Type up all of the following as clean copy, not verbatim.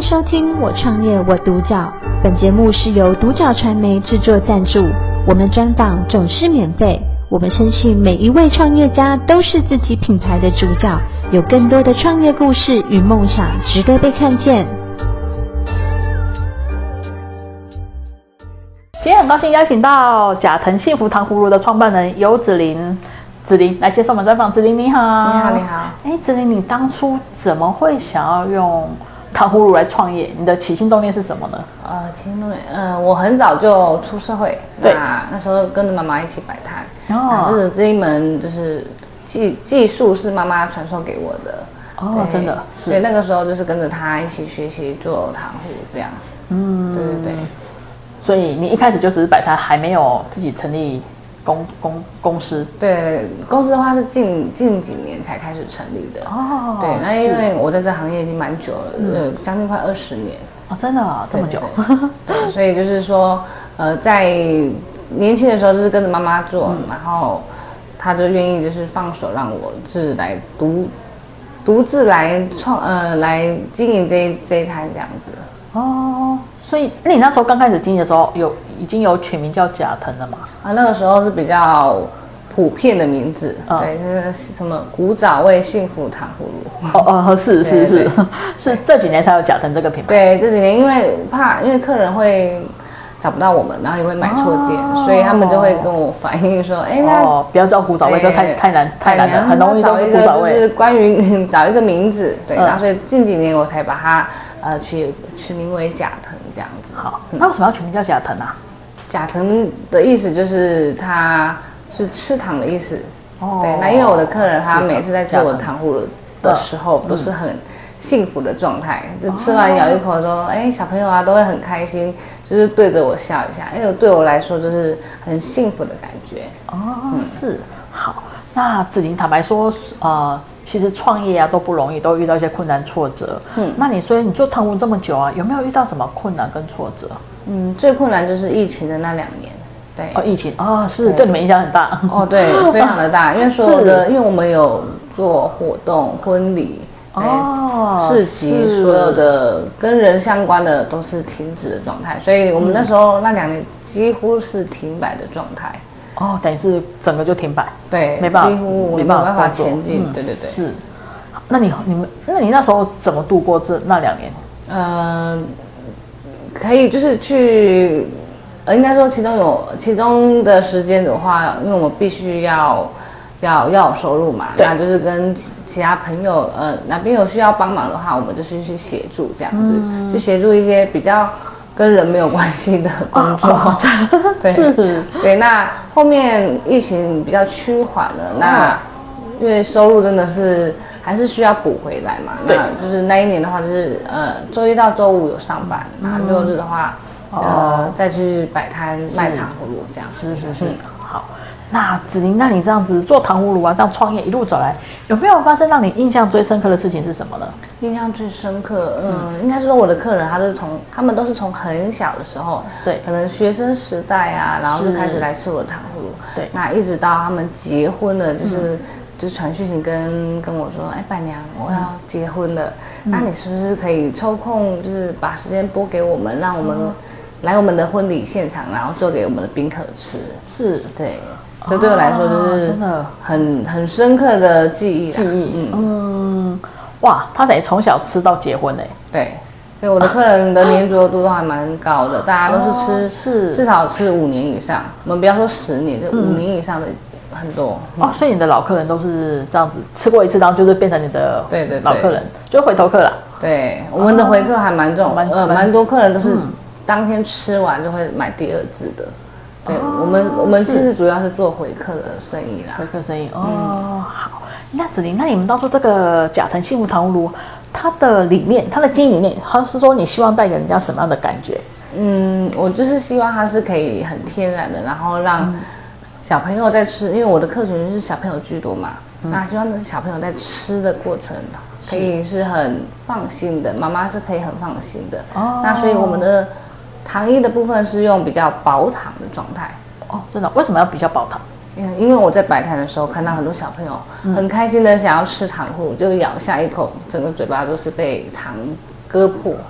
收听我创业我独角，本节目是由独角传媒制作赞助，我们专访总是免费，我们深信每一位创业家都是自己品牌的主角，有更多的创业故事与梦想值得被看见。 今天很高兴邀请到甲腾幸福糖葫芦的创办人游子琳，子琳来接受我们专访。子琳你好。 你好。 子琳，你当初怎么会想要用糖葫芦来创业？你的起心动念是什么呢？ 起心动念，我很早就出社会， 对， 那时候跟着妈妈一起摆摊。这一门就是技术是妈妈传授给我的。 真的是。 对，那个时候就是跟着她一起学习做糖葫芦这样。对。 所以你一开始就只是摆摊，还没有自己成立公司？ 对，公司的话是近几年才开始成立的。对，那因为我在这行业已经蛮久了，将近快20年。 真的这么久？ 对，所以就是说，在年轻的时候就是跟着妈妈做，然后她就愿意就是放手让我就是来独自来来经营这一摊这样子。 所以那你那时候刚开始经营的时候，已经有取名叫甲腾了吗？ 那个时候是比较普遍的名字，对，就是什么古早味幸福糖葫芦。 是这几年才有甲腾这个品牌。 对，这几年因为客人会找不到我们，然后也会买错件，所以他们就会跟我反映说， 不要叫古早味，这太难了，很容易都是古早味。 就是关于找一个名字，对，然后所以近几年我才把它取名为甲腾这样子。 好，那为什么要取名叫甲腾啊？ 甲腾的意思就是它是吃糖的意思。对，那因为我的客人他每次在吃我的糖葫芦的时候都是很幸福的状态，就吃完咬一口说，小朋友啊都会很开心，就是对着我笑一下，对我来说就是很幸福的感觉。 是。好，那子琳坦白说，其实创业啊都不容易，都遇到一些困难挫折。那所以你做糖葫芦这么久啊，有没有遇到什么困难跟挫折？ 最困难就是疫情的那2年。对。 疫情是对你们影响很大。 对，非常的大，因为所有的，因为我们有做活动、婚礼、市集，所有的跟人相关的都是停止的状态，所以我们那时候那2年几乎是停摆的状态。 等于是整个就停摆。 对， 没办法， 几乎我没有办法前进。对。 是。那你那时候怎么度过那2年？ 可以就是去，应该说其中的时间的话，因为我们必须要有收入嘛，那就是跟其他朋友哪边有需要帮忙的话，我们就是去协助这样子，去协助一些比较跟人没有关系的工作。对，那后面疫情比较趋缓了，那因为收入真的是还是需要补回来嘛，那就是那一年的话就是周一到周五有上班，那6日的话再去摆摊卖糖葫芦这样。 是。好，那子琳，那你这样子做糖葫芦啊，这样创业一路走来，有没有发生让你印象最深刻的事情是什么呢？ 印象最深刻，应该是说我的客人他们都是从很小的时候，对，可能学生时代啊，然后就开始来吃我的糖葫芦，对，那一直到他们结婚了，就传讯息跟我说，伴娘，我要结婚了，那你是不是可以抽空就是把时间拨给我们，让我们来我们的婚礼现场，然后做给我们的宾客吃？是，对，这对我来说就是真的很深刻的记忆。 哇，他得从小吃到结婚。 对，所以我的客人的粘着度都还蛮高的，大家都是至少吃5年以上，我们不要说10年，就5年以上的很多。 所以你的老客人都是这样子吃过一次，然后就是变成你的老客人，就是回头客啦。 对，我们的回客还蛮重，蛮多客人都是当天吃完就会买第2次的。对，我们其实主要是做回客的生意啦。 回客生意。好。那子琳，那你们当初这个甲腾幸福糖葫芦，它的理念，它的经营理念，它是说你希望带给人家什么样的感觉？ 我就是希望它是可以很天然的，然后让小朋友在吃，因为我的客群是小朋友居多嘛，那希望的是小朋友在吃的过程可以是很放心的，妈妈是可以很放心的。那所以我们的糖衣的部分是用比较薄糖的状态。 真的？为什么要比较薄糖？ 因为我在摆摊的时候看到很多小朋友很开心的想要吃糖葫芦，就咬下一口，整个嘴巴都是被糖割破。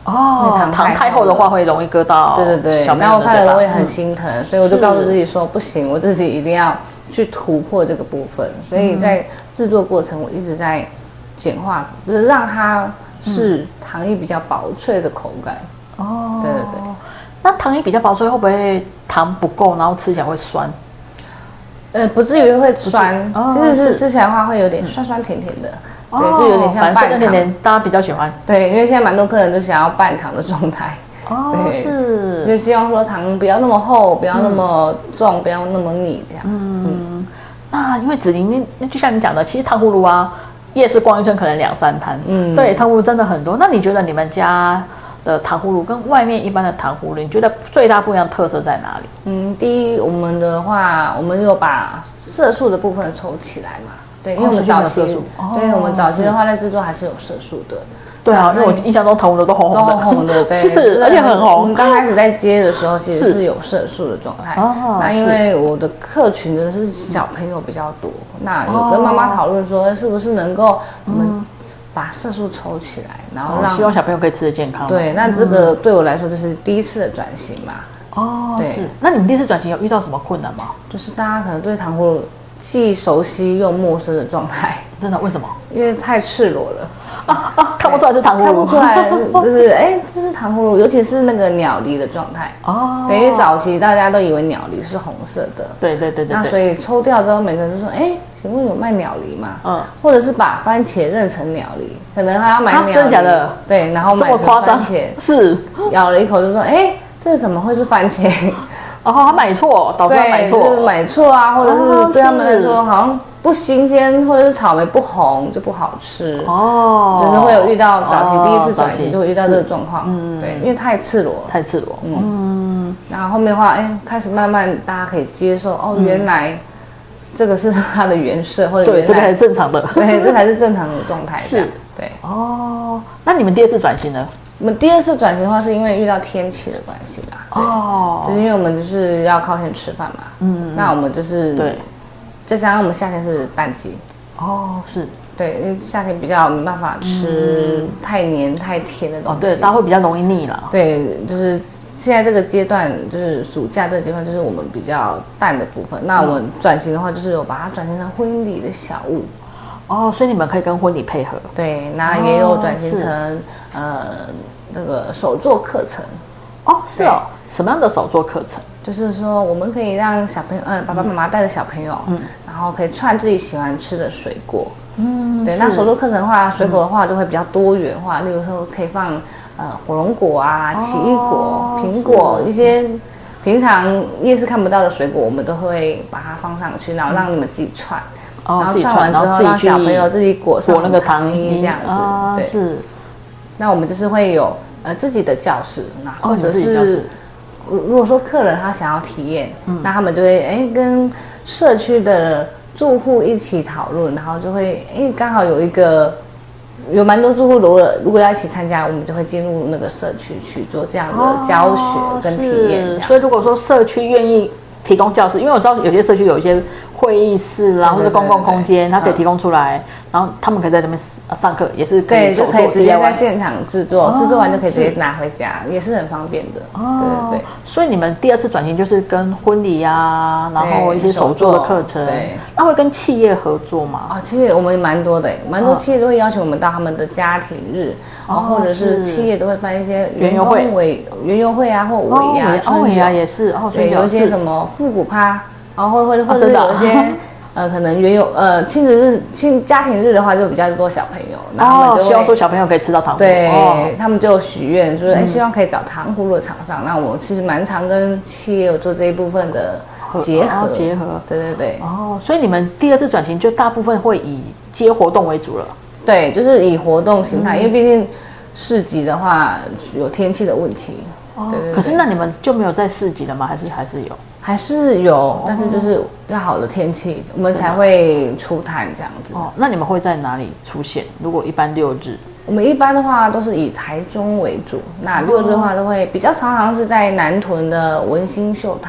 糖太厚的话会容易割到对对对， 小朋那我看友的嘴巴了我也很心疼，所以我就告诉自己说不行，我自己一定要去突破这个部分。所以在制作过程我一直在简化，就是让它是糖衣比较薄脆的口感。对对对。 那糖衣比较薄脆，会不会糖不够，然后吃起来会酸？ 不至于会酸，其实是吃起来的话会有点酸酸甜甜的，对，就有点像半糖。 甜甜大家比较喜欢。 对，因为现在蛮多客人都想要半糖的状态。对， 是。 就希望说糖不要那么厚，不要那么重，不要那么腻这样。 那因为子琳，那就像你讲的，其实糖葫芦啊，夜市逛一圈可能2-3摊。对，糖葫芦真的很多。那你觉得你们家的糖葫芦跟外面一般的糖葫芦，你觉得最大不一样的特色在哪里？ 第一，我们的话，我们有把色素的部分抽起来嘛。对，因为我们早期，对，我们早期的话在制作还是有色素的。 对啊，因为我印象中糖葫芦都红红的， 对， 是，而且很红。 我们刚开始在接的时候，其实是有色素的状态。那因为我的客群呢是小朋友比较多，那有跟妈妈讨论说，是不是能够我们把色素抽起来，然后让希望小朋友可以吃得健康。 对，那这个对我来说就是第一次的转型嘛。 对。是。那你们第一次转型有遇到什么困难吗？ 就是大家可能对糖葫芦既熟悉又陌生的状态。 真的？为什么？ 因为太赤裸了。 看不出来是糖葫芦。 看不出来，就是这是糖葫芦，尤其是那个鸟梨的状态。对，因为早期大家都以为鸟梨是红色的。 对。 那所以抽掉之后，每个人都说，请问有卖鸟梨吗？或者是把番茄认成鸟梨，可能他要买鸟梨。 真的假的？ 对，然后买成番茄。 是。 咬了一口就说，这怎么会是番茄？ 他买错，导致他买错。 对，就是买错啊，或者是对他们来说好像不新鲜，或者是草莓不红就不好吃。就是会有遇到早期第一次转型就会遇到这个状况。对，因为太赤裸。然后后面的话，开始慢慢大家可以接受，原来这个是它的原色，或者原来这个才是正常的。 对，这才是正常的状态。是。对。 那你们第二次转型呢？ 我们第二次转型的话，是因为遇到天气的关系啦。就是因为我们就是要靠天吃饭嘛。那我们就是对，再加上我们夏天是淡季。 是。 对，因为夏天比较没办法吃太黏太甜的东西。 对，大家会比较容易腻啦。 对，就是现在这个阶段，就是暑假这个阶段，就是我们比较淡的部分。那我们转型的话，就是有把它转型成婚礼的小物。 所以你们可以跟婚礼配合。 对，那也有转型成那个手作课程。 是哦。什么样的手作课程？ 就是说我们可以让小朋友，爸爸妈妈带着小朋友，然后可以串自己喜欢吃的水果。对，那手作课程的话，水果的话就会比较多元化，例如说可以放火龙果啊、奇异果、苹果，一些平常夜市看不到的水果，我们都会把它放上去，然后让你们自己串。然后串完之后，让小朋友自己裹上那个糖衣这样子。对。 是。 那我们就是会有自己的教室，或者是如果说客人他想要体验，那他们就会跟社区的住户一起讨论，然后就会刚好有蛮多住户如果要一起参加，我们就会进入那个社区去做这样的教学跟体验。 所以如果说社区愿意提供教室，因为我知道有些社区有一些会议室或者公共空间，它可以提供出来，然后他们可以在这边上课，也是可以手作 DIY， 就可以直接在现场制作，制作完就可以直接拿回家，也是很方便的。对。 所以你们第二次转型就是跟婚礼啊，然后一些手作的课程。对。那会跟企业合作吗？ 其实我们蛮多的，蛮多企业都会邀请我们到他们的家庭日，或者是企业都会办一些园游会啊，或尾牙、 春酒也是。 对，有一些什么复古趴。或者是有一些可能亲子日、家庭日的话，就比较多小朋友，然后他们就希望说小朋友可以吃到糖葫芦。 对，他们就许愿，说希望可以找糖葫芦的厂商。那我其实蛮常跟企业有做这一部分的结合。对。 所以你们第二次转型就大部分会以接活动为主了。 对，就是以活动形态，因为毕竟市集的话有天气的问题。对。 可是那你们就没有在市集了吗？还是有？ 还是有，但是就是要好的天气，我们才会出摊这样子。 那你们会在哪里出现？如果一般6日， 我们一般的话都是以台中为主，那6日的话都会比较常是在南屯的文心秀泰。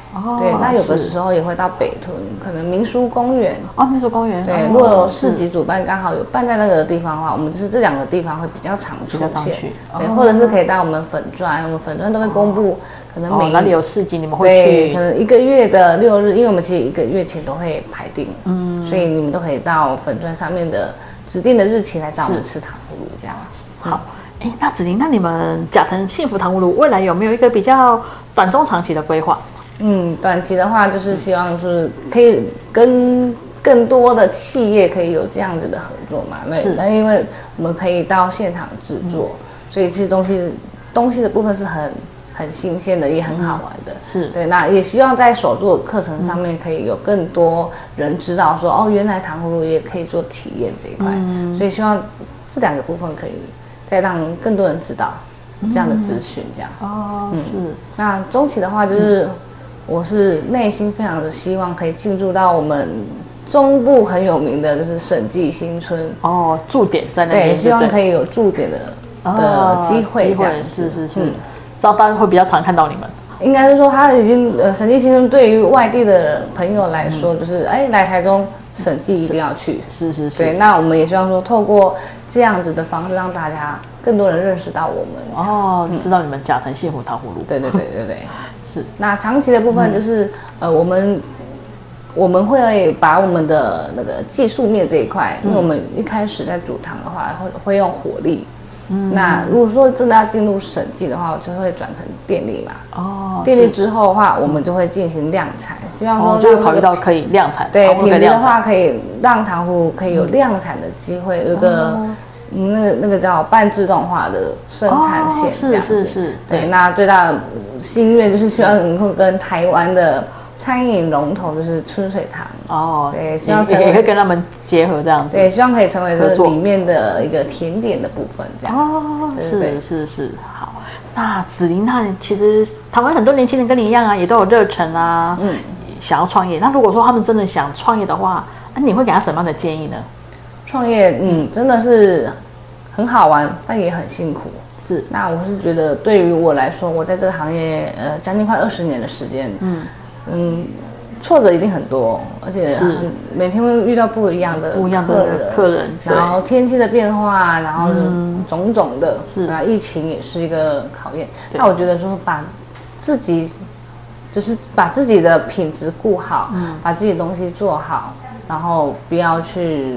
对，那有的时候也会到北屯，可能民俗公园。 民俗公园。 对，如果有市集主办刚好有办在那个地方的话，我们就是这2个地方会比较常出现。对，或者是可以到我们粉专，我们粉专都会公布，可能哪里有市集你们会去。对，可能1个月的6日，因为我们其实1个月前都会排定，所以你们都可以到粉专上面的指定的日期来找我们吃糖葫芦这样子。 好。那子琳，那你们甲腾幸福糖葫芦未来有没有一个比较短中长期的规划？ 短期的话就是希望是可以跟更多的企业可以有这样子的合作嘛。那因为我们可以到现场制作，所以其实东西的部分是很新鲜的，也很好玩的。对，那也希望在手作课程上面可以有更多人知道说，原来糖葫芦也可以做体验这一块。所以希望这2个部分可以再让更多人知道这样的资讯，这样。 是。 那中期的话，就是我是内心非常的希望可以进驻到我们中部很有名的就是审计新村。 驻点在那边。 对，希望可以有驻点的机会这样。 是。大家会比较常看到你们。 应该是说，他已经审计新村对于外地的朋友来说，就是来台中审计一定要去。 是。 对，那我们也希望说，透过这样子的方式，让大家更多人认识到我们。 知道你们甲腾幸福糖葫芦。 对。 是。 那长期的部分就是我们会把我们的那个技术面这一块，因为我们一开始在煮糖的话会用火力。那如果说真的要进入审计的话，就会转成电力嘛。电力之后的话，我们就会进行量产，希望说就会考虑到可以量产。 对，品质的话可以让糖葫芦可以有量产的机会，有个那个叫半自动化的生产线这样子。 是。 对，那最大的心愿就是希望能够跟台湾的餐饮龙头就是春水堂。对，希望也可以跟他们结合这样子。 对，希望可以成为这里面的一个甜点的部分这样。 是。好，那子琳，那其实台湾很多年轻人跟你一样啊，也都有热忱啊，想要创业。那如果说他们真的想创业的话，你会给他什么样的建议呢？ 创业，真的是很好玩，但也很辛苦。 是。 那我是觉得，对于我来说，我在这个行业将近快20年的时间，挫折一定很多，而且每天会遇到不一样的客人，然后天气的变化，然后种种的，疫情也是一个考验。那我觉得说把自己的品质顾好，把自己的东西做好，然后不要去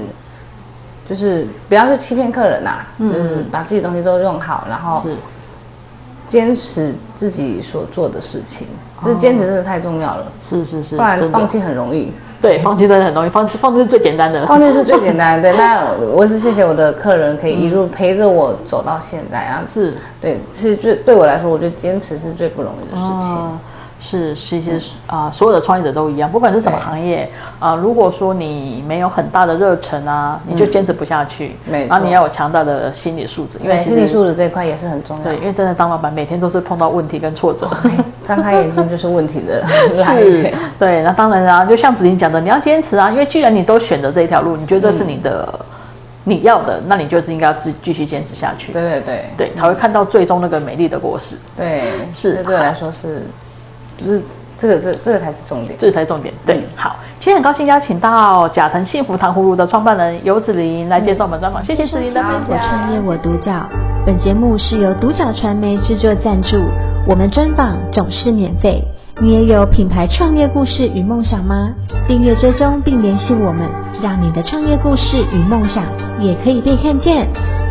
欺骗客人就是把自己的东西都用好，然后坚持自己所做的事情，这坚持真的太重要了。 是， 不然放弃很容易。 对，放弃真的很容易，放弃是最简单的。 放弃是最简单的。对，那我是谢谢我的客人可以一路陪着我走到现在啊。 是。 对，其实对我来说，我觉得坚持是最不容易的事情。 其实所有的创业者都一样，不管是什么行业如果说你没有很大的热忱你就坚持不下去。然后你要有强大的心理素质， 因为心理素质这一块也是很重要。 对，因为真的当老板每天都是碰到问题跟挫折， 张开眼睛就是问题的是。对，那当然就像子琳讲的，你要坚持因为既然你都选择这一条路，你觉得这是你要的，那你就是应该要继续坚持下去。对，才会看到最终那个美丽的果实。 对， 是。 对我来说是。就是这个才是重点， 这才是重点。对，好，今天很高兴邀请到甲腾幸福糖葫芦的创办人游子琳来接受我们专访，谢谢子琳的分享。 我创业我独角，本节目是由独角传媒制作赞助，我们专访总是免费。你也有品牌创业故事与梦想吗？订阅追踪并联系我们，让你的创业故事与梦想也可以被看见。